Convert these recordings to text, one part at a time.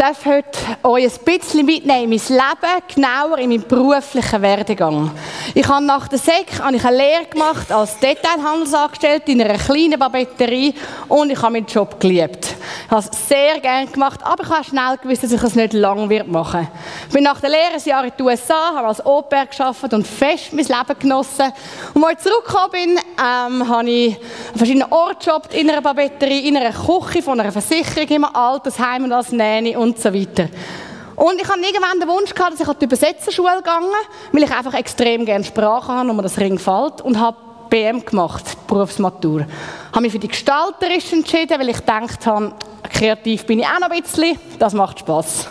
darf heute euch ein bisschen mitnehmen in mein Leben, genauer in meinen beruflichen Werdegang. Ich habe nach der Sek eine Lehre gemacht als Detailhandelsangestellte in einer kleinen Papeterie und ich habe meinen Job geliebt. Ich habe es sehr gerne gemacht, aber ich habe schnell gewusst, dass ich es nicht lange machen werde. Ich bin nach der Lehre ein Jahr in den USA, habe als Au-pair gearbeitet und fest mein Leben genossen. Und als ich zurückgekommen bin, habe ich an verschiedenen Orten gejobbt, in einer Papeterie, in einer Küche von einer Versicherung, im Altersheim und als Nanny und so weiter. Und ich hatte irgendwann den Wunsch gehabt, dass ich an die Übersetzerschule gegangen, weil ich einfach extrem gerne Sprachen habe und mir das Ring gefällt und habe BM gemacht, Berufsmatur. Ich habe mich für die Gestalterische entschieden, weil ich gedacht habe, kreativ bin ich auch noch ein bisschen, das macht Spass.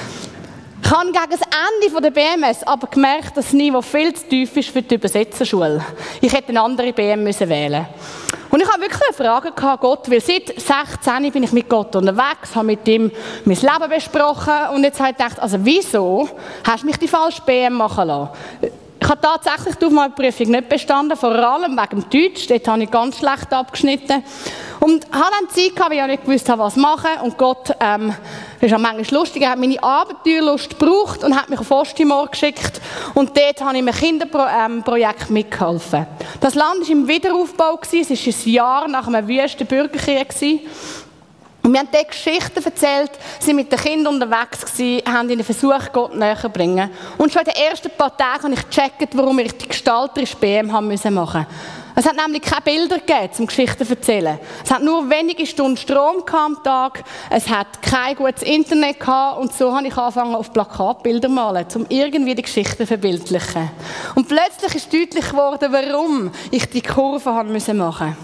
Ich habe gegen das Ende der BMS aber gemerkt, dass das Niveau viel zu tief ist für die Übersetzerschule. Ich hätte eine andere BM wählen müssen. Und ich habe wirklich eine Frage gehabt, Gott, weil seit 16 bin ich mit Gott unterwegs, habe mit ihm mein Leben besprochen und jetzt habe ich gedacht, also wieso hast du mich die falsche BM machen lassen? Ich habe tatsächlich die Aufnahmeprüfung nicht bestanden, vor allem wegen dem Deutsch. Dort habe ich ganz schlecht abgeschnitten. Und habe dann Zeit gehabt, weil ich nicht gewusst habe, was machen. Und Gott, das ist auch manchmal lustig, er hat meine Abenteuerlust gebraucht und hat mich auf Osttimor geschickt. Und dort habe ich einem Kinderprojekt mitgeholfen. Das Land war im Wiederaufbau, es war ein Jahr nach einem wüsten Bürgerkrieg. Und wir haben dort Geschichten erzählt, sind mit den Kindern unterwegs gewesen, haben ihnen versucht, Gott näher zu bringen. Und schon in den ersten paar Tagen habe ich gecheckt, warum ich die gestalterische BM haben machen musste. Es hat nämlich keine Bilder gegeben, um Geschichten zu erzählen. Es hat nur wenige Stunden Strom am Tag, es hat kein gutes Internet gehabt und so habe ich angefangen, auf Plakatbilder zu malen, um irgendwie die Geschichten zu verbildlichen. Und plötzlich ist deutlich geworden, warum ich die Kurve machen musste.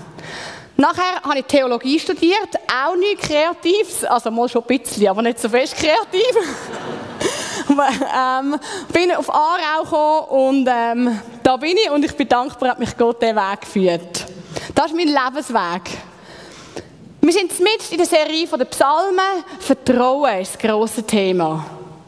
Nachher habe ich Theologie studiert, auch nichts Kreatives, also mal schon ein bisschen, aber nicht so fest kreativ. Bin auf Aarau gekommen und da bin ich und ich bin dankbar, dass mich Gott diesen Weg geführt. Das ist mein Lebensweg. Wir sind mitten in der Serie der Psalmen. Vertrauen ist das grosse Thema.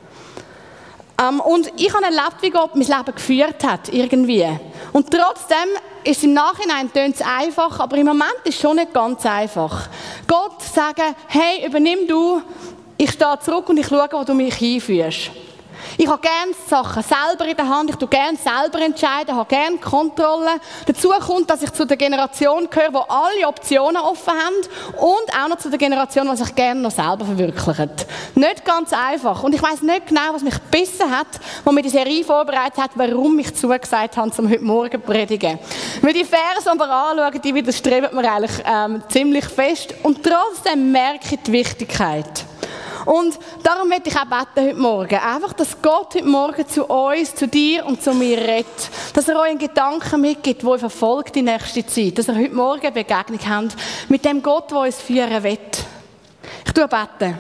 Und ich habe erlebt, wie Gott mein Leben geführt hat, irgendwie. Und trotzdem ist es im Nachhinein tönt's einfach, aber im Moment ist es schon nicht ganz einfach. Gott sagen, hey, übernimm du, ich stehe zurück und ich schaue, wo du mich hinführst. Ich habe gerne Sachen selber in der Hand, ich tue gerne selber entscheiden, habe gerne Kontrolle. Dazu kommt, dass ich zu der Generation gehöre, die alle Optionen offen haben und auch noch zu der Generation, die sich gerne noch selber verwirklicht. Nicht ganz einfach. Und ich weiss nicht genau, was mich gebissen hat, als mir die Serie vorbereitet hat, warum ich zugesagt habe, um heute Morgen zu predigen. Weil die Verse, die wir anschauen, die widerstreben mir eigentlich ziemlich fest. Und trotzdem merke ich die Wichtigkeit. Und darum möchte ich auch beten heute Morgen. Einfach, dass Gott heute Morgen zu uns, zu dir und zu mir redet. Dass er euch einen Gedanken mitgibt, der euch verfolgt die nächste Zeit. Dass ihr heute Morgen eine Begegnung habt mit dem Gott, der uns führen will. Ich bete.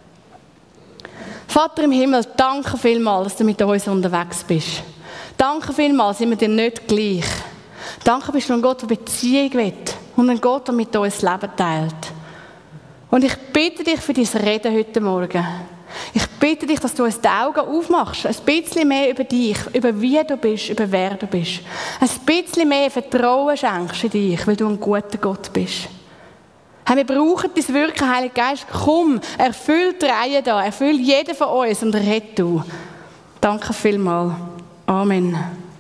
Vater im Himmel, danke vielmals, dass du mit uns unterwegs bist. Danke vielmals, sind wir dir nicht gleich. Danke, bist du ein Gott, der Beziehung will. Und ein Gott, der mit uns das Leben teilt. Und ich bitte dich für dein Reden heute Morgen. Ich bitte dich, dass du uns die Augen aufmachst. Ein bisschen mehr über dich, über wie du bist, über wer du bist. Ein bisschen mehr Vertrauen schenkst in dich, weil du ein guter Gott bist. Hey, wir brauchen dein Wirken, Heiliger Geist. Komm, erfüll die Reihe da, erfüll jeden von uns und red du. Danke vielmals. Amen.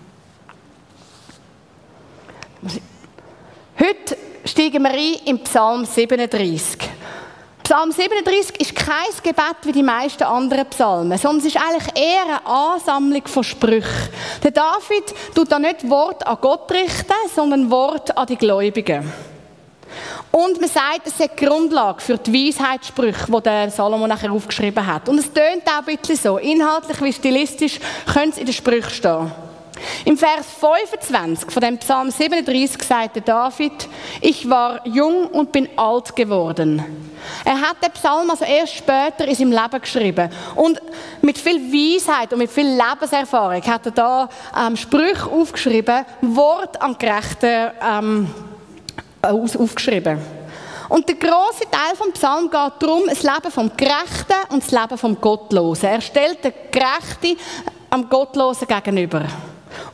Heute steigen wir ein in Psalm 37. Psalm 37 ist kein Gebet wie die meisten anderen Psalmen, sondern es ist eigentlich eher eine Ansammlung von Sprüchen. Der David tut da nicht Wort an Gott richten, sondern Wort an die Gläubigen. Und man sagt, es ist die Grundlage für die Weisheitssprüche, die der Salomo nachher aufgeschrieben hat. Und es tönt auch ein bisschen so. Inhaltlich wie stilistisch könnte es in den Sprüchen stehen. Im Vers 25 von dem Psalm 37 sagt David, ich war jung und bin alt geworden. Er hat den Psalm also erst später in seinem Leben geschrieben. Und mit viel Weisheit und mit viel Lebenserfahrung hat er da Sprüche aufgeschrieben, Wort an Gerechten aufgeschrieben. Und der grosse Teil vom Psalm geht darum, das Leben vom Gerechten und das Leben vom Gottlosen. Er stellt den Gerechten am Gottlosen gegenüber.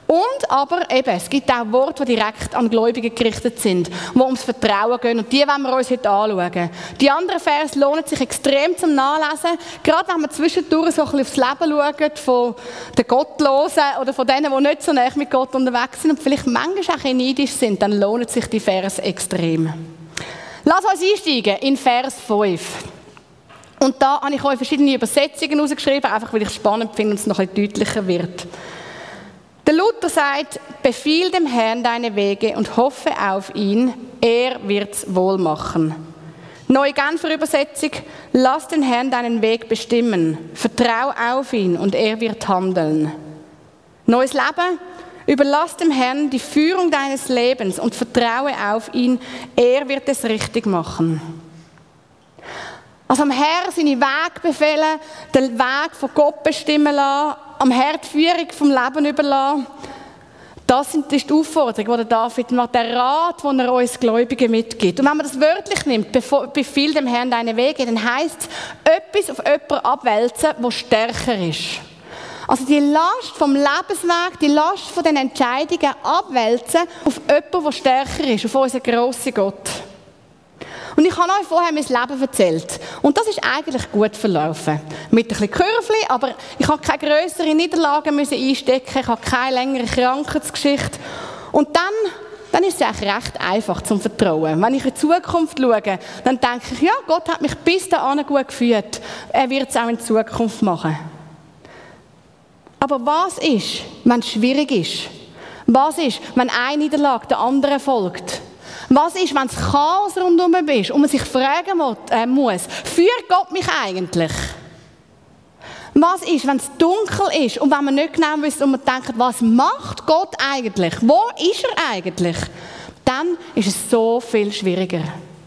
Und aber eben, es gibt auch Worte, die direkt an Gläubige gerichtet sind, die ums Vertrauen gehen. Und die wollen wir uns heute anschauen. Die anderen Verse lohnen sich extrem zum Nachlesen. Gerade wenn wir zwischendurch so ein bisschen aufs Leben schauen, von den Gottlosen oder von denen, die nicht so nah mit Gott unterwegs sind und vielleicht manchmal auch ein bisschen neidisch sind, dann lohnen sich die Verse extrem. Lass uns einsteigen in Vers 5. Und da habe ich euch verschiedene Übersetzungen rausgeschrieben, einfach weil ich es spannend finde und es noch ein bisschen deutlicher wird. Der Luther sagt, befiehl dem Herrn deine Wege und hoffe auf ihn, er wird's wohl machen. Neue Genfer Übersetzung, lass den Herrn deinen Weg bestimmen, vertrau auf ihn und er wird handeln. Neues Leben, überlass dem Herrn die Führung deines Lebens und vertraue auf ihn, er wird es richtig machen. Also am Herrn seine Wege befehlen, den Weg von Gott bestimmen lassen, am Herrn die Führung vom Leben überlassen. Das ist die Aufforderung, die David macht, der Rat, den er uns Gläubigen mitgibt. Und wenn man das wörtlich nimmt, befiehl dem Herrn deine Wege, dann heisst es, etwas auf jemanden abwälzen, der stärker ist. Also die Last vom Lebensweg, die Last von den Entscheidungen abwälzen auf jemanden, der stärker ist, auf unseren grossen Gott. Und ich habe euch vorher mein Leben erzählt. Und das ist eigentlich gut verlaufen. Mit ein bisschen Kürfli, aber ich habe keine grösseren Niederlagen einstecken, ich habe keine längere Krankheitsgeschichte. Und dann ist es eigentlich recht einfach zum Vertrauen. Wenn ich in die Zukunft schaue, dann denke ich, ja, Gott hat mich bis dahin gut geführt. Er wird es auch in Zukunft machen. Aber was ist, wenn es schwierig ist? Was ist, wenn eine Niederlage der anderen folgt? Was ist, wenn es Chaos rundherum ist und man sich fragen muss, führt Gott mich eigentlich? Was ist, wenn es dunkel ist und wenn man nicht genau wisst und man denkt, was macht Gott eigentlich? Wo ist er eigentlich? Dann ist es so viel schwieriger.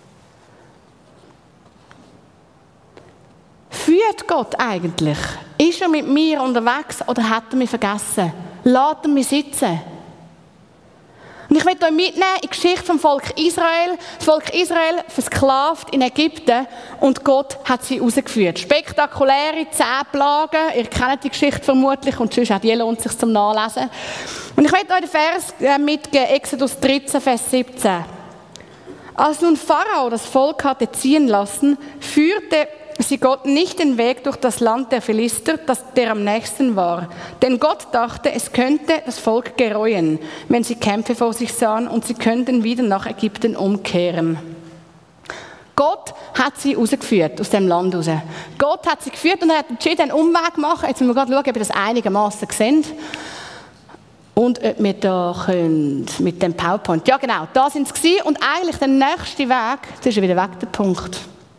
Führt Gott eigentlich? Ist er mit mir unterwegs oder hat er mich vergessen? Lässt er mich sitzen? Und ich möchte euch mitnehmen in die Geschichte vom Volk Israel. Das Volk Israel versklavt in Ägypten und Gott hat sie rausgeführt. Spektakuläre 10 Plagen. Ihr kennt die Geschichte vermutlich und sonst auch die lohnt es sich zum Nachlesen. Und ich möchte euch den Vers mitgeben, Exodus 13, Vers 17. Als nun Pharao das Volk hatte ziehen lassen, führte sie Gott nicht den Weg durch das Land der Philister, der am nächsten war. Denn Gott dachte, es könnte das Volk gereuen, wenn sie Kämpfe vor sich sahen und sie könnten wieder nach Ägypten umkehren. Gott hat sie rausgeführt, aus dem Land raus. Gott hat sie geführt und er hat entschieden, einen Umweg zu machen. Jetzt müssen wir gerade schauen, ob ihr das einigermaßen sehen. Und ob wir da können, mit dem PowerPoint. Ja genau, da sind sie gewesen. Und eigentlich der nächste Weg, das ist wieder weg der Punkt.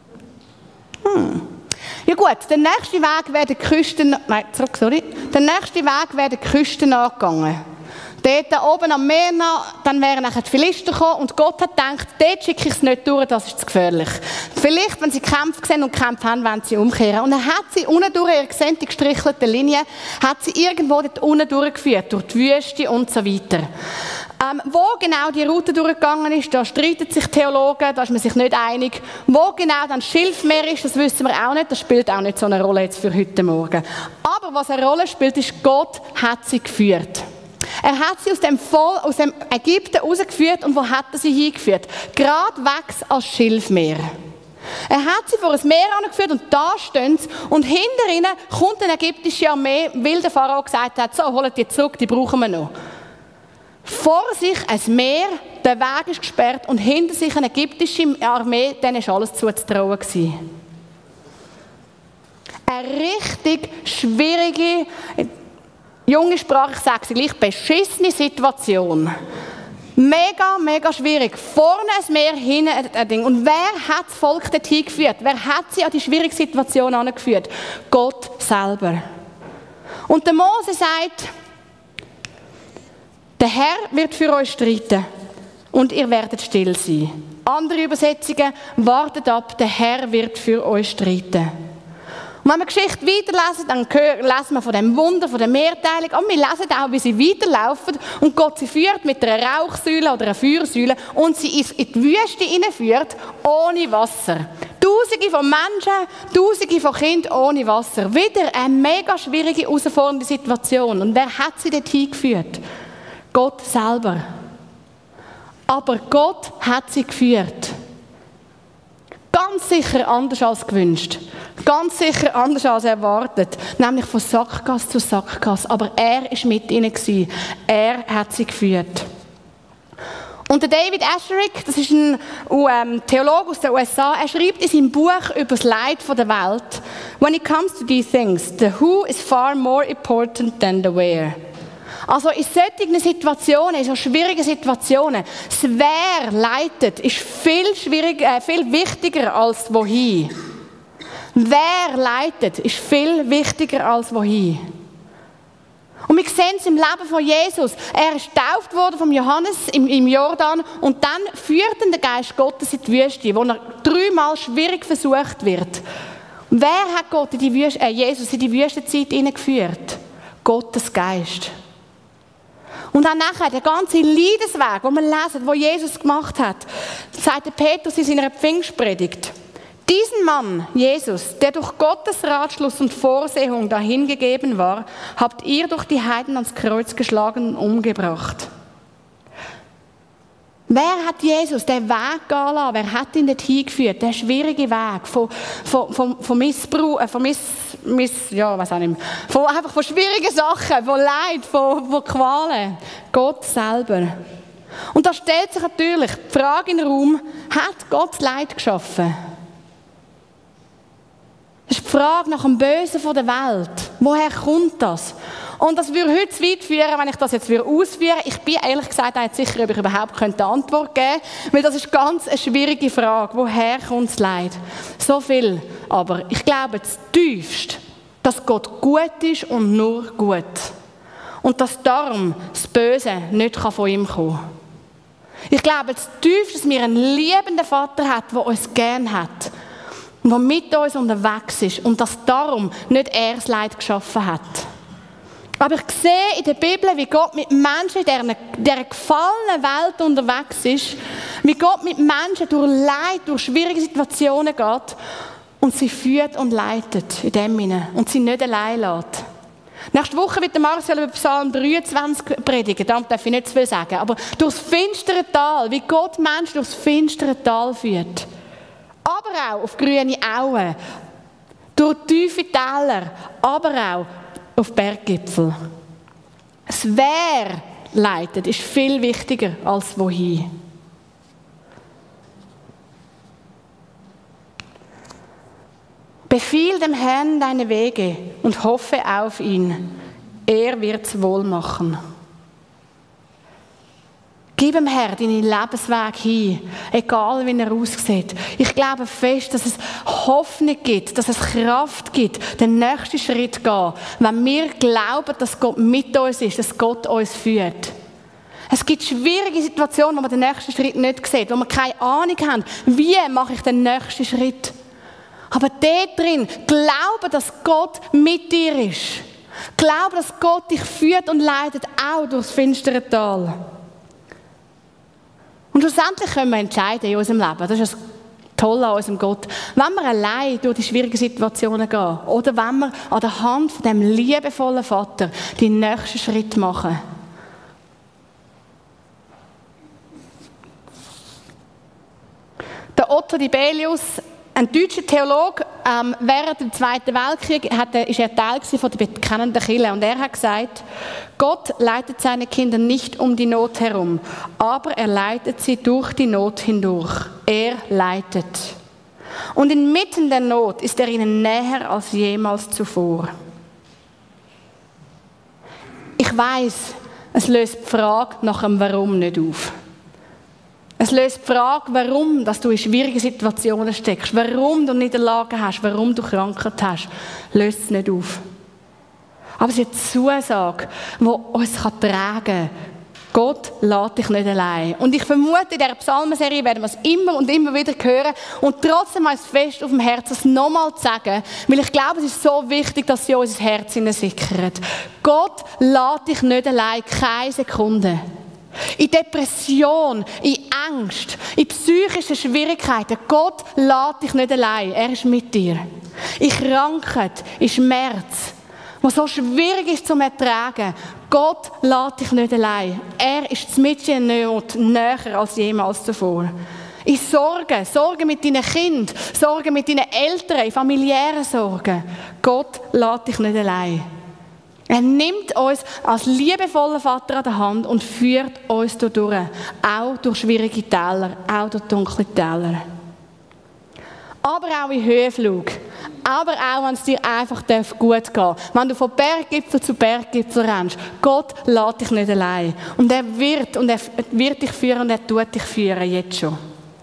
Ja gut, der nächste Weg wäre die Küste, der nächste Weg wäre die Küste nachgegangen. Dort oben am Meer, dann wären nachher die Philister gekommen und Gott hat gedacht, dort schicke ich es nicht durch, das ist zu gefährlich. Vielleicht, wenn sie Kämpfe sehen und Kämpfe haben, wollen sie umkehren. Und dann hat sie unten durch, ihr seht die gestrichelte Linie, hat sie irgendwo dort unten durchgeführt, durch die Wüste und so weiter. Wo genau die Route durchgegangen ist, da streiten sich Theologen, da ist man sich nicht einig. Wo genau dann das Schilfmeer ist, das wissen wir auch nicht, das spielt auch nicht so eine Rolle jetzt für heute Morgen. Aber was eine Rolle spielt, ist, Gott hat sie geführt. Er hat sie aus dem Ägypten rausgeführt und wo hat er sie hingeführt? Gradwegs als Schilfmeer. Er hat sie vor ein Meer angeführt und da stehen sie und hinter ihnen kommt eine ägyptische Armee, weil der Pharao gesagt hat, so, holt die zurück, die brauchen wir noch. Vor sich ein Meer, der Weg ist gesperrt und hinter sich eine ägyptische Armee, denen war alles zuzutrauen gewesen. Eine richtig schwierige, junge Sprache, ich sage sie gleich, beschissene Situation. Mega, mega schwierig. Vorne ein Meer, hinten ein Ding. Und wer hat das Volk dorthin geführt? Wer hat sie an die schwierige Situation angeführt? Gott selber. Und der Mose sagt, der Herr wird für euch streiten und ihr werdet still sein. Andere Übersetzungen, wartet ab, der Herr wird für euch streiten. Und wenn wir die Geschichte weiterlesen, dann lesen wir von dem Wunder, von der Mehrteilung, aber wir lesen auch, wie sie weiterlaufen und Gott sie führt mit einer Rauchsäule oder einer Feuersäule und sie in die Wüste hineinführt, ohne Wasser. Tausende von Menschen, Tausende von Kindern ohne Wasser. Wieder eine mega schwierige, herausfordernde Situation. Und wer hat sie dorthin geführt? Gott selber. Aber Gott hat sie geführt. Ganz sicher anders als gewünscht. Ganz sicher anders als erwartet. Nämlich von Sackgasse zu Sackgasse. Aber er war mit ihnen. Er hat sie geführt. Und der David Esherick, das ist ein Theologe aus den USA, er schreibt in seinem Buch über das Leid der Welt: When it comes to these things, the who is far more important than the where. Also in solchen Situationen, in so schwierigen Situationen, das Wer leitet, ist viel wichtiger als wohin. Wer leitet, ist viel wichtiger als wohin. Und wir sehen es im Leben von Jesus. Er ist getauft worden vom Johannes im Jordan und dann führt ihn der Geist Gottes in die Wüste, wo er 3-mal schwierig versucht wird. Und wer hat Gott Jesus in die Wüstenzeit hineingeführt? Gottes Geist. Und dann nachher, der ganze Leidensweg, den wir lesen, den Jesus gemacht hat, sagt Petrus in seiner Pfingstpredigt: Diesen Mann, Jesus, der durch Gottes Ratschluss und Vorsehung dahingegeben war, habt ihr durch die Heiden ans Kreuz geschlagen und umgebracht. Wer hat Jesus den Weg gehen lassen? Wer hat ihn dorthin geführt? Der schwierige Weg von Missbrauch, von schwierigen Sachen, von Leid, von Qualen. Gott selber. Und da stellt sich natürlich die Frage in den Raum: Hat Gott Leid geschaffen? Das ist die Frage nach dem Bösen der Welt. Woher kommt das? Und das würde heute zu weit führen, wenn ich das jetzt ausführen würde. Ich bin ehrlich gesagt nicht sicher, ob ich überhaupt eine Antwort geben könnte, weil das ist ganz eine schwierige Frage. Woher kommt das Leid? So viel. Aber ich glaube zutiefst, dass Gott gut ist und nur gut. Und dass darum das Böse nicht von ihm kommen kann. Ich glaube zutiefst, dass wir einen liebenden Vater haben, der uns gern hat. Und der mit uns unterwegs ist und dass darum nicht er das Leid geschaffen hat. Aber ich sehe in der Bibel, wie Gott mit Menschen in dieser gefallenen Welt unterwegs ist, wie Gott mit Menschen durch Leid, durch schwierige Situationen geht und sie führt und leitet in dem Sinne und sie nicht allein lässt. Nächste Woche wird der Marcel über Psalm 23 predigen, da darf ich nicht zu viel sagen, aber durchs finstere Tal, wie Gott Menschen durchs finstere Tal führt. Aber auch auf grüne Auen, durch tiefe Täler, aber auch auf Berggipfel. Das Wer leitet ist viel wichtiger als wohin. Befiehl dem Herrn deine Wege und hoffe auf ihn. Er wird's wohl machen. Gib dem Herrn deinen Lebensweg hin, egal wie er aussieht. Ich glaube fest, dass es Hoffnung gibt, dass es Kraft gibt, den nächsten Schritt zu gehen, wenn wir glauben, dass Gott mit uns ist, dass Gott uns führt. Es gibt schwierige Situationen, wo man den nächsten Schritt nicht sieht, wo wir keine Ahnung haben, wie mache ich den nächsten Schritt. Aber dort drin, glaube, dass Gott mit dir ist. Glaube, dass Gott dich führt und leitet, auch durchs finstere Tal. Und schlussendlich können wir entscheiden in unserem Leben. Das ist das Tolle an unserem Gott. Wenn wir allein durch die schwierigen Situationen gehen oder wenn wir an der Hand von dem liebevollen Vater den nächsten Schritt machen. Der Otto Dibelius, ein deutscher Theologe, während dem Zweiten Weltkrieg ist er Teil von der bekennenden Kirche. Und er hat gesagt, Gott leitet seine Kinder nicht um die Not herum, aber er leitet sie durch die Not hindurch. Er leitet. Und inmitten der Not ist er ihnen näher als jemals zuvor. Ich weiss, es löst die Frage nach dem Warum nicht auf. Es löst die Frage, warum dass du in schwierigen Situationen steckst, warum du Niederlagen hast, warum du Krankheit hast, löst es nicht auf. Aber es ist eine Zusage, die uns tragen kann. Gott lässt dich nicht allein. Und ich vermute, in dieser Psalmenserie werden wir es immer und immer wieder hören und trotzdem ist es fest auf dem Herzen, es nochmal zu sagen, weil ich glaube, es ist so wichtig, dass sie unser Herz sickert. Gott lässt dich nicht allein, keine Sekunde. In Depression, in Angst, in psychischen Schwierigkeiten. Gott lässt dich nicht allein. Er ist mit dir. In Krankheit, in Schmerz, was so schwierig ist zu ertragen. Gott lässt dich nicht allein. Er ist mitten in der Not näher als jemals zuvor. In Sorgen mit deinen Kindern, Sorgen mit deinen Eltern, familiären Sorgen. Gott lässt dich nicht allein. Er nimmt uns als liebevoller Vater an der Hand und führt uns durch, auch durch schwierige Täler, auch durch dunkle Täler. Aber auch in Höhenflug. Aber auch, wenn es dir einfach gut gehen darf. Wenn du von Berggipfel zu Berggipfel rennst. Gott lässt dich nicht allein. Und er wird dich führen und er tut dich führen, jetzt schon.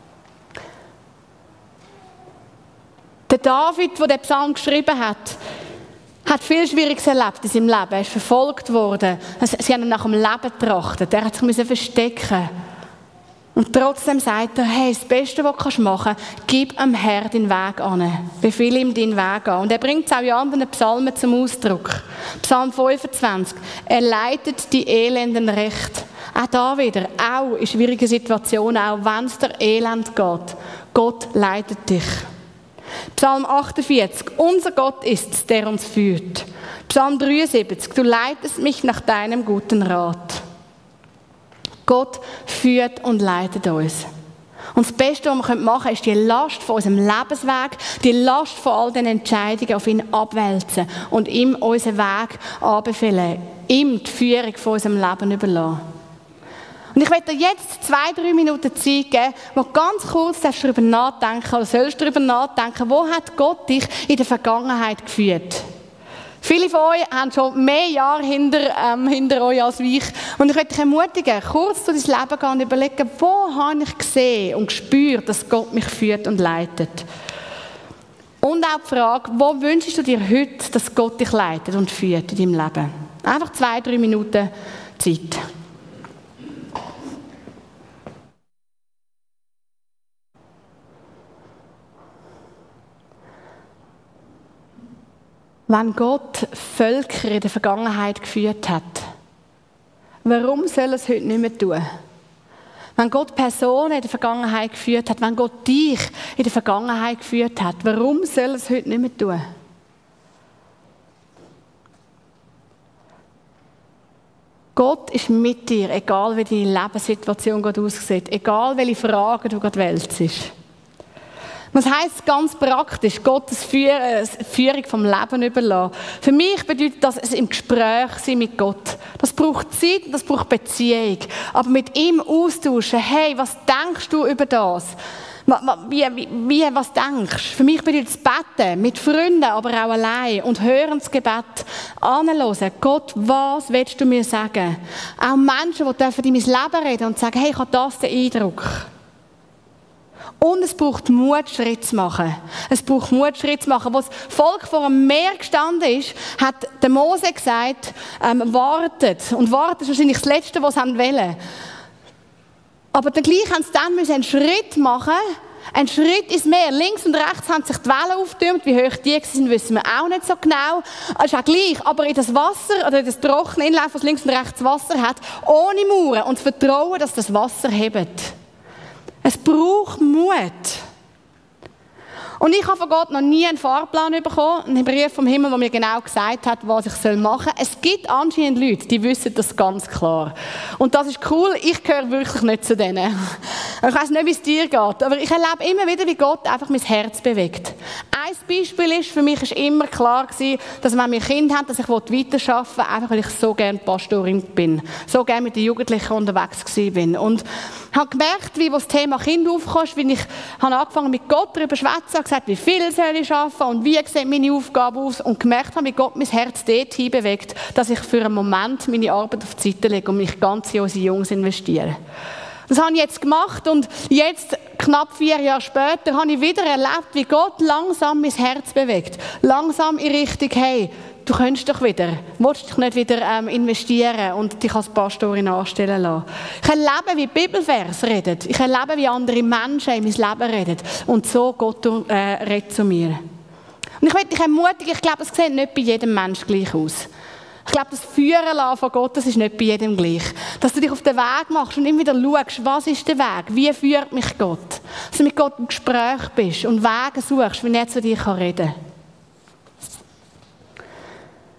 Der David, der den Psalm geschrieben hat viel Schwieriges erlebt in seinem Leben. Er ist verfolgt worden. Sie haben ihn nach dem Leben getrachtet. Er hat sich verstecken. Und trotzdem sagt er, hey, das Beste, was du machen kannst, gib dem Herrn deinen Weg an. Befehle ihm deinen Weg an. Und er bringt es auch in anderen Psalmen zum Ausdruck. Psalm 25. Er leitet die Elenden recht. Auch da wieder, auch in schwierigen Situationen, auch wenn es dir elend geht. Gott leitet dich. Psalm 48. Unser Gott ist es, der uns führt. Psalm 73. Du leitest mich nach deinem guten Rat. Gott führt und leitet uns. Und das Beste, was wir machen können, ist die Last von unserem Lebensweg, die Last von all den Entscheidungen auf ihn abwälzen und ihm unseren Weg anbefehlen, ihm die Führung von unserem Leben überlassen. Und ich möchte dir jetzt 2-3 Minuten Zeit geben, wo du ganz kurz darüber nachdenken oder sollst darüber nachdenken, wo hat Gott dich in der Vergangenheit geführt? Viele von euch haben schon mehr Jahre hinter euch als ich. Und ich möchte dich ermutigen, kurz durch dein Leben gehen und überlegen, wo habe ich gesehen und gespürt, dass Gott mich führt und leitet. Und auch die Frage, wo wünschst du dir heute, dass Gott dich leitet und führt in deinem Leben? Einfach 2-3 Minuten Zeit. Wenn Gott Völker in der Vergangenheit geführt hat, warum soll er es heute nicht mehr tun? Wenn Gott Personen in der Vergangenheit geführt hat, wenn Gott dich in der Vergangenheit geführt hat, warum soll er es heute nicht mehr tun? Gott ist mit dir, egal wie deine Lebenssituation gerade aussieht, egal welche Fragen du gerade wälzest. Was heisst ganz praktisch, Gottes Führung vom Leben überlassen? Für mich bedeutet das, es im Gespräch sein mit Gott. Das braucht Zeit, das braucht Beziehung. Aber mit ihm austauschen, hey, was denkst du über das? Was denkst du? Für mich bedeutet es beten, mit Freunden, aber auch allein. Und hören das Gebet, anhören. Gott, was willst du mir sagen? Auch Menschen, die in mein Leben reden und sagen, hey, ich habe das den Eindruck. Und es braucht Mut, Schritt zu machen. Es braucht Mut, Schritt zu machen. Als das Volk vor einem Meer gestanden ist, hat der Mose gesagt, wartet. Und warten ist wahrscheinlich das Letzte, was sie wollen. Aber dann gleich haben sie dann einen Schritt machen. Ein Schritt ins Meer. Links und rechts haben sich die Wellen aufgetürmt. Wie hoch die sind, wissen wir auch nicht so genau. Es ist auch gleich. Aber in das Wasser, oder in das trockene Inlauf, das links und rechts Wasser hat, ohne Mauern und Vertrauen, dass das Wasser hebt. Es braucht Mut. Und ich habe von Gott noch nie einen Fahrplan bekommen, einen Brief vom Himmel, der mir genau gesagt hat, was ich machen soll. Es gibt anscheinend Leute, die wissen das ganz klar. Und das ist cool, ich gehöre wirklich nicht zu denen. Ich weiss nicht, wie es dir geht, aber ich erlebe immer wieder, wie Gott einfach mein Herz bewegt. Ein Beispiel ist, für mich ist immer klar gewesen, dass wenn wir Kinder haben, dass ich weiterarbeiten will, einfach weil ich so gerne Pastorin bin. So gerne mit den Jugendlichen unterwegs bin. Und ich habe gemerkt, wie das Thema Kind aufkam, wie ich angefangen mit Gott darüber zu schwätzen, habe gesagt, wie viel soll ich arbeiten und wie sieht meine Aufgabe aus und gemerkt habe, wie Gott mein Herz dorthin bewegt, dass ich für einen Moment meine Arbeit auf die Seite lege und mich ganz in unsere Jungs investiere. Das habe ich jetzt gemacht und jetzt, knapp 4 Jahre später, habe ich wieder erlebt, wie Gott langsam mein Herz bewegt. Langsam in Richtung, hey, du könntest doch wieder, willst dich nicht wieder investieren und dich als Pastorin anstellen lassen. Ich erlebe, wie Bibelvers reden. Ich erlebe, wie andere Menschen in mein Leben reden. Und so Gott redet zu mir. Und ich möchte dich ermutigen, ich glaube, es sieht nicht bei jedem Menschen gleich aus. Ich glaube, das Führen lassen von Gott, das ist nicht bei jedem gleich. Dass du dich auf den Weg machst und immer wieder schaust, was ist der Weg? Wie führt mich Gott? Dass du mit Gott im Gespräch bist und Wege suchst, wie er zu dir reden kann.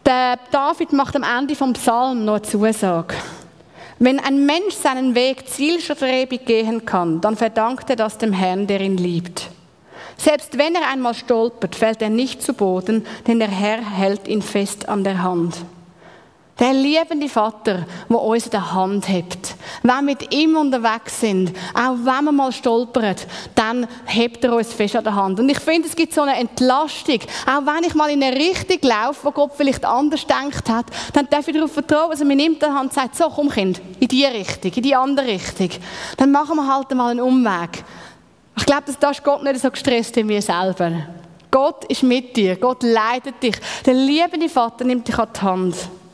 Der David macht am Ende vom Psalm noch eine Zusage. Wenn ein Mensch seinen Weg zielstrebig gehen kann, dann verdankt er das dem Herrn, der ihn liebt. Selbst wenn er einmal stolpert, fällt er nicht zu Boden, denn der Herr hält ihn fest an der Hand. Der liebende Vater, der uns in der Hand hebt. Wenn wir mit ihm unterwegs sind, auch wenn wir mal stolpern, dann hebt er uns fest an der Hand. Und ich finde, es gibt so eine Entlastung. Auch wenn ich mal in eine Richtung laufe, wo Gott vielleicht anders gedacht hat, dann darf ich darauf vertrauen, dass er mir nimmt die Hand und sagt, so komm Kind, in die Richtung, in die andere Richtung. Dann machen wir halt mal einen Umweg. Ich glaube, da ist Gott nicht so gestresst wie wir selber. Gott ist mit dir, Gott leitet dich. Der liebende Vater nimmt dich an die Hand.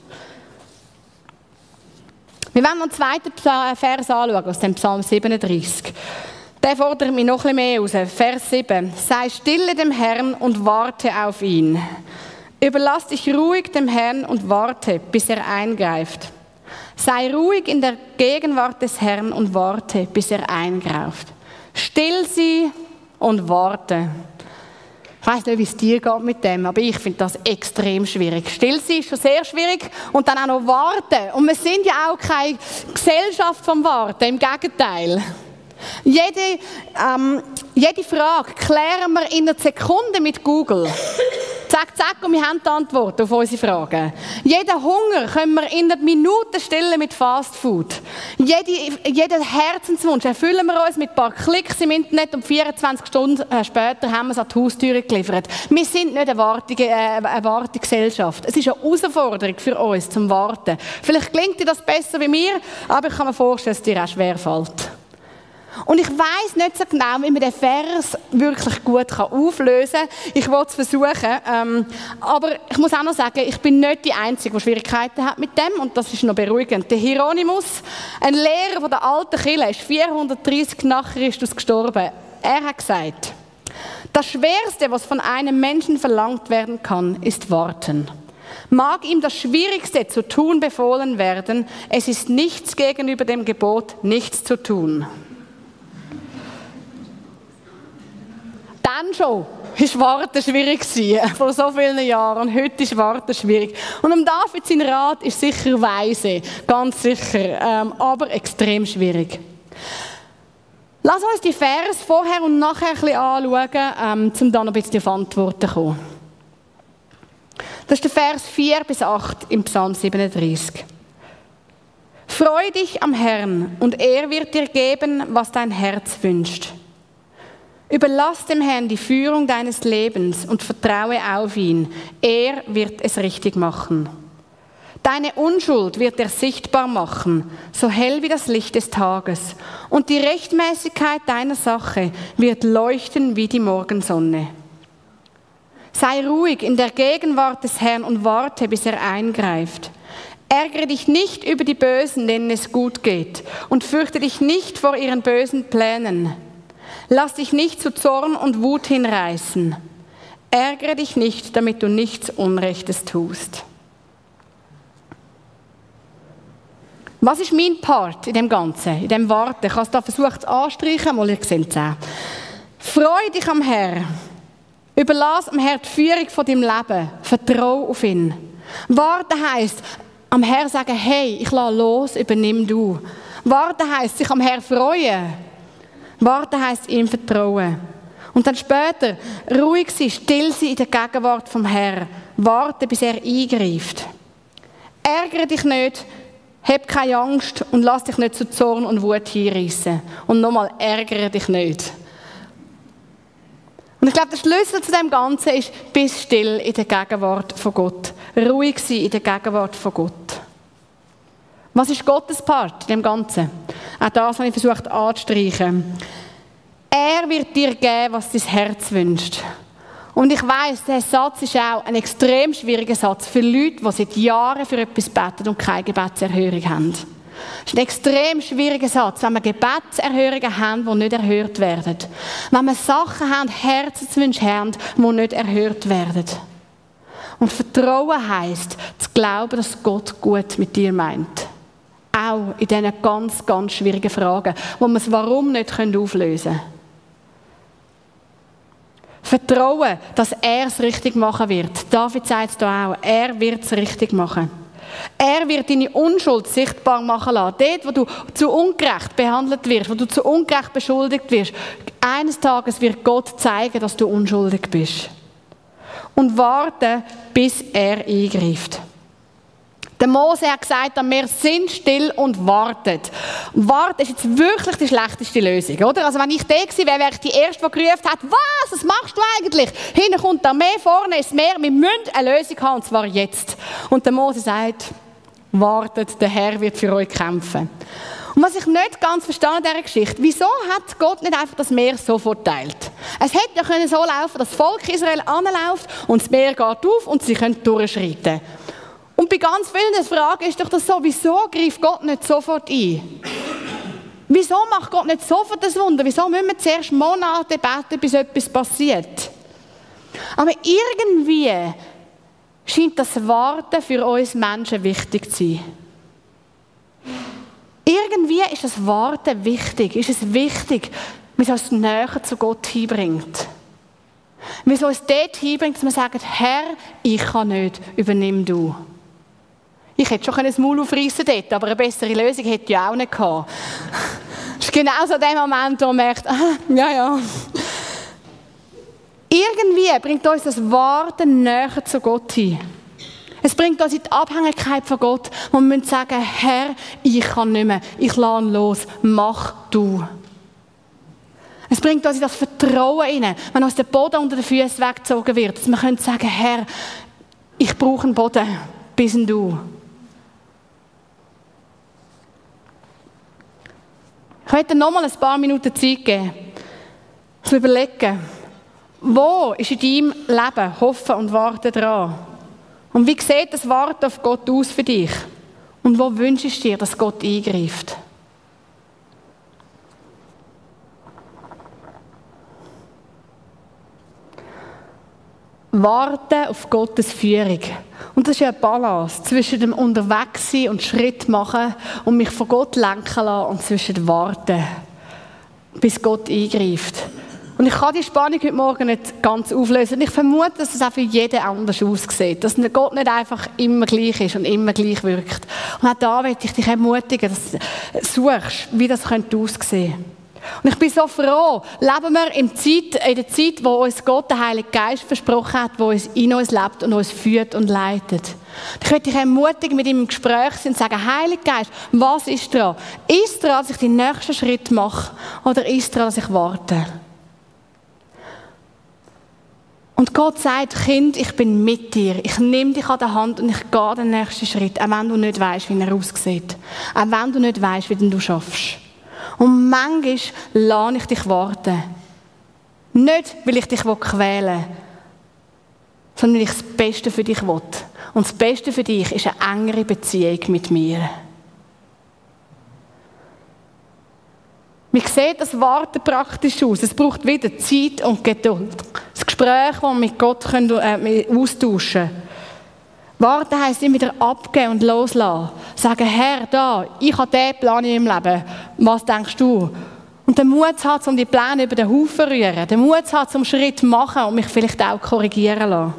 Wir wollen noch einen zweiten Vers anschauen aus dem Psalm 37. Der fordert mich noch ein bisschen mehr raus. Vers 7. Sei stille dem Herrn und warte auf ihn. Überlass dich ruhig dem Herrn und warte, bis er eingreift. Sei ruhig in der Gegenwart des Herrn und warte, bis er eingreift. Still sein und warte. Ich weiss nicht, wie es dir geht mit dem, aber ich finde das extrem schwierig. Still sein ist schon sehr schwierig und dann auch noch warten. Und wir sind ja auch keine Gesellschaft vom Warten, im Gegenteil. Jede Frage klären wir in einer Sekunde mit Google. Zack, zack, und wir haben die Antwort auf unsere Fragen. Jeden Hunger können wir in einer Minute stillen mit Fast Food. Jeden Herzenswunsch erfüllen wir uns mit ein paar Klicks im Internet und 24 Stunden später haben wir es an die Haustüre geliefert. Wir sind nicht eine Wartegesellschaft. Es ist eine Herausforderung für uns zum Warten. Vielleicht klingt dir das besser wie mir, aber ich kann mir vorstellen, dass es dir auch schwerfällt. Und ich weiss nicht so genau, wie man den Vers wirklich gut auflösen kann. Ich will es versuchen. Aber ich muss auch noch sagen, ich bin nicht die Einzige, die Schwierigkeiten hat mit dem. Und das ist noch beruhigend. Der Hieronymus, ein Lehrer von der alten Kirche, ist 430 nach Christus gestorben. Er hat gesagt, das Schwerste, was von einem Menschen verlangt werden kann, ist Warten. Mag ihm das Schwierigste zu tun befohlen werden, es ist nichts gegenüber dem Gebot, nichts zu tun. Dann schon war Warten schwierig vor so vielen Jahren. Und heute ist Warten schwierig. Und David sein Rat ist sicher weise, ganz sicher, aber extrem schwierig. Lass uns die Verse vorher und nachher ein bisschen anschauen, um dann ein bisschen auf Antworten zu kommen. Das ist der Vers 4 bis 8 im Psalm 37. Freu dich am Herrn, und er wird dir geben, was dein Herz wünscht. Überlass dem Herrn die Führung deines Lebens und vertraue auf ihn. Er wird es richtig machen. Deine Unschuld wird er sichtbar machen, so hell wie das Licht des Tages. Und die Rechtmäßigkeit deiner Sache wird leuchten wie die Morgensonne. Sei ruhig in der Gegenwart des Herrn und warte, bis er eingreift. Ärgere dich nicht über die Bösen, denen es gut geht, und fürchte dich nicht vor ihren bösen Plänen. Lass dich nicht zu Zorn und Wut hinreißen. Ärgere dich nicht, damit du nichts Unrechtes tust. Was ist mein Part in dem Ganzen, in dem Warten? Ich habe es da versucht anzustreichen, mal ihr seht es auch. Freu dich am Herrn. Überlass am Herrn die Führung von deinem Leben. Vertrau auf ihn. Warten heisst, am Herrn sagen, hey, ich lasse los, übernimm du. Warten heisst, sich am Herrn freuen. Warten heisst, ihm vertrauen. Und dann später ruhig sein, still sein in der Gegenwart vom Herrn. Warten, bis er eingreift. Ärgere dich nicht, hab keine Angst und lass dich nicht zu Zorn und Wut hinreissen. Und nochmal, ärgere dich nicht. Und ich glaube, der Schlüssel zu dem Ganzen ist, bist still in der Gegenwart von Gott. Ruhig sein in der Gegenwart von Gott. Was ist Gottes Part in dem Ganzen? Auch das habe ich versucht anzustreichen. Er wird dir geben, was dein Herz wünscht. Und ich weiss, dieser Satz ist auch ein extrem schwieriger Satz für Leute, die seit Jahren für etwas beten und keine Gebetserhörung haben. Das ist ein extrem schwieriger Satz, wenn wir Gebetserhörungen haben, die nicht erhört werden. Wenn wir Sachen haben, Herzenswünsche haben, die nicht erhört werden. Und Vertrauen heisst, zu glauben, dass Gott gut mit dir meint. Auch in diesen ganz, ganz schwierigen Fragen, wo wir das Warum nicht auflösen können. Vertrauen, dass er es richtig machen wird. David sagt es da auch, er wird es richtig machen. Er wird deine Unschuld sichtbar machen lassen. Dort, wo du zu ungerecht behandelt wirst, wo du zu ungerecht beschuldigt wirst, eines Tages wird Gott zeigen, dass du unschuldig bist. Und warten, bis er eingreift. Der Mose hat gesagt, wir sind still und warten. Warten ist jetzt wirklich die schlechteste Lösung, oder? Also wenn ich da gewesen wäre, wäre ich die Erste, die gerufen hat, was machst du eigentlich? Hinten kommt der Meer, vorne ist das Meer, wir müssen eine Lösung haben, und zwar jetzt. Und der Mose sagt, wartet, der Herr wird für euch kämpfen. Und was ich nicht ganz verstehe in dieser Geschichte, wieso hat Gott nicht einfach das Meer so verteilt? Es hätte ja können so laufen, dass das Volk Israel anläuft und das Meer geht auf und sie können durchschreiten. Und bei ganz vielen Fragen ist doch das so, wieso greift Gott nicht sofort ein? Wieso macht Gott nicht sofort das Wunder? Wieso müssen wir zuerst Monate beten, bis etwas passiert? Aber irgendwie scheint das Warten für uns Menschen wichtig zu sein. Irgendwie ist das Warten wichtig. Ist es wichtig, wie es uns näher zu Gott hinbringt. Wie es uns dort hinbringt, dass wir sagen, Herr, ich kann nicht, übernimm du. Ich hätte schon das Maul aufreissen dort, aber eine bessere Lösung hätte ich ja auch nicht gehabt. Das ist genau so der Moment, wo man merkt, ja. Irgendwie bringt uns das Warten näher zu Gott hin. Es bringt uns in die Abhängigkeit von Gott, wo wir sagen, Herr, ich kann nicht mehr, ich lasse los, mach du. Es bringt uns in das Vertrauen hinein, wenn uns der Boden unter den Füßen weggezogen wird, dass wir können sagen, Herr, ich brauche einen Boden, bis du. Ich möchte noch mal ein paar Minuten Zeit geben, zu überlegen, wo ist in deinem Leben Hoffen und Warten dran? Und wie sieht das Warten auf Gott aus für dich? Und wo wünschst du dir, dass Gott eingreift? Warten auf Gottes Führung. Und das ist ja eine Balance zwischen dem Unterwegssein und Schritt machen und mich von Gott lenken lassen und zwischen dem Warten, bis Gott eingreift. Und ich kann die Spannung heute Morgen nicht ganz auflösen. Ich vermute, dass es auch für jeden anders aussieht. Dass Gott nicht einfach immer gleich ist und immer gleich wirkt. Und auch da möchte ich dich ermutigen, dass du suchst, wie das aussehen könnte. Und ich bin so froh, leben wir in der Zeit, wo uns Gott, der Heilige Geist, versprochen hat, wo uns in uns lebt und uns führt und leitet. Ich möchte dich ermutigen, mit ihm im Gespräch zu sein und sagen, Heiliger Geist, was ist dran? Ist dran, dass ich den nächsten Schritt mache? Oder ist dran, dass ich warte? Und Gott sagt, Kind, ich bin mit dir. Ich nehme dich an der Hand und ich gehe den nächsten Schritt, auch wenn du nicht weißt, wie er aussieht. Auch wenn du nicht weißt, wie du schaffst. Und manchmal lasse ich dich warten. Nicht, weil ich dich quälen will, sondern weil ich das Beste für dich will. Und das Beste für dich ist eine engere Beziehung mit mir. Wie sieht das Warten praktisch aus? Es braucht wieder Zeit und Geduld. Das Gespräch, das wir mit Gott austauschen können. Warten heisst immer wieder abgeben und loslassen. Sagen, Herr, ich habe diesen Plan in meinem Leben. Was denkst du? Und den Mut zu haben, um die Pläne über den Haufen zu rühren. Den Mut zu haben, um Schritt zu machen und mich vielleicht auch korrigieren zu lassen.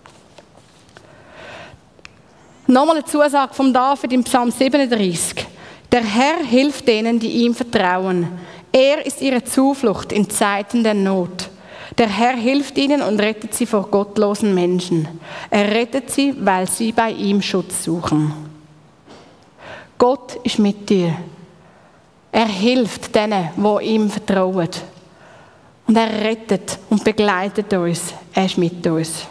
Nochmal eine Zusage von David im Psalm 37. Der Herr hilft denen, die ihm vertrauen. Er ist ihre Zuflucht in Zeiten der Not. Der Herr hilft ihnen und rettet sie vor gottlosen Menschen. Er rettet sie, weil sie bei ihm Schutz suchen. Gott ist mit dir. Er hilft denen, die ihm vertrauen. Und er rettet und begleitet uns. Er ist mit uns.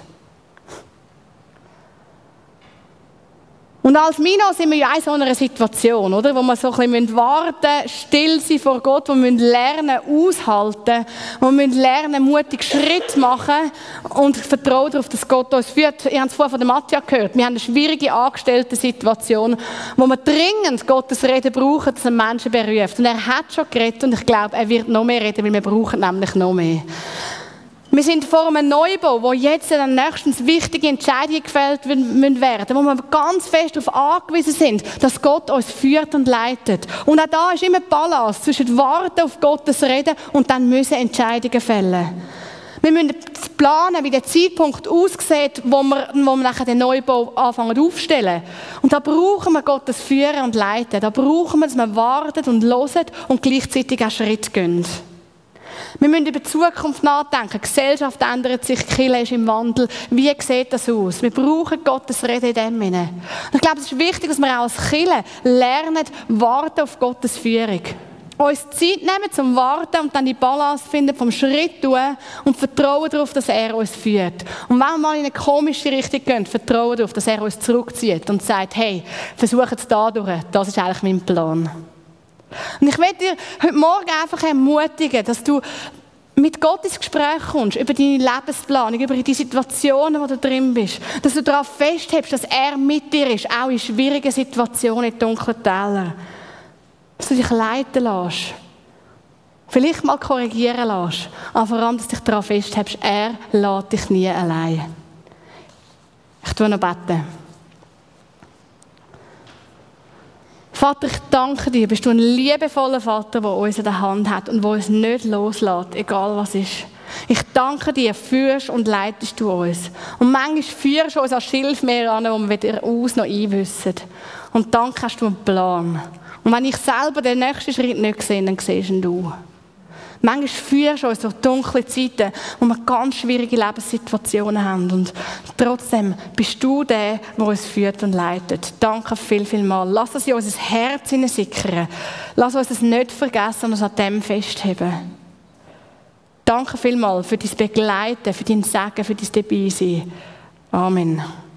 Und als Mino sind wir ja in so einer Situation, oder? Wo wir so ein bisschen warten müssen, still sein vor Gott, wo wir lernen aushalten, wo wir lernen mutig Schritt machen und vertrauen darauf, dass Gott uns führt. Ihr habt es vorhin von der Matja gehört. Wir haben eine schwierige Angestellten-Situation, wo wir dringend Gottes Reden brauchen, dass er Menschen beruft. Und er hat schon geredet und ich glaube, er wird noch mehr reden, weil wir brauchen nämlich noch mehr. Wir sind vor einem Neubau, wo jetzt dann nächstens wichtige Entscheidungen gefällt werden, wo wir ganz fest darauf angewiesen sind, dass Gott uns führt und leitet. Und auch da ist immer Balance zwischen Warten auf Gottes Reden und dann müssen Entscheidungen fällen. Wir müssen planen, wie der Zeitpunkt aussieht, wo wir nachher den Neubau anfangen aufzustellen. Und da brauchen wir Gottes Führen und Leiten. Da brauchen wir, dass wir warten und hören und gleichzeitig auch Schritt gehen. Wir müssen über die Zukunft nachdenken. Die Gesellschaft ändert sich, die Kirche ist im Wandel. Wie sieht das aus? Wir brauchen Gottes Rede in dem hinein. Ich glaube, es ist wichtig, dass wir auch als Kirche lernen, warten auf Gottes Führung. Uns Zeit nehmen zum Warten und dann die Balance finden, vom Schritt tun und vertrauen darauf, dass er uns führt. Und wenn wir mal in eine komische Richtung gehen, vertrauen darauf, dass er uns zurückzieht und sagt, hey, versuch es da durch, das ist eigentlich mein Plan. Und ich möchte dir heute Morgen einfach ermutigen, dass du mit Gott ins Gespräch kommst, über deine Lebensplanung, über die Situationen, wo du drin bist. Dass du darauf festhältst, dass er mit dir ist, auch in schwierigen Situationen, in dunklen Tälern. Dass du dich leiten lässt. Vielleicht mal korrigieren lässt. Aber vor allem, dass du dich darauf festhältst, er lässt dich nie allein. Ich tue noch beten. Vater, ich danke dir. Bist du ein liebevoller Vater, der uns in der Hand hat und der uns nicht loslässt, egal was ist. Ich danke dir, führst und leitest du uns. Und manchmal führst du uns als Schilfmeer an, wo wir weder aus noch einwissen. Und danke hast du einen Plan. Und wenn ich selber den nächsten Schritt nicht sehe, dann siehst du. Manchmal führst du uns durch dunkle Zeiten, wo wir ganz schwierige Lebenssituationen haben. Und trotzdem bist du der, der uns führt und leitet. Danke viel, viel mal. Lass es in unser Herz hineinsickern. Lass uns es nicht vergessen und uns an dem festheben. Danke viel mal für dein Begleiten, für dein Segen, für dein Dabeisein. Amen.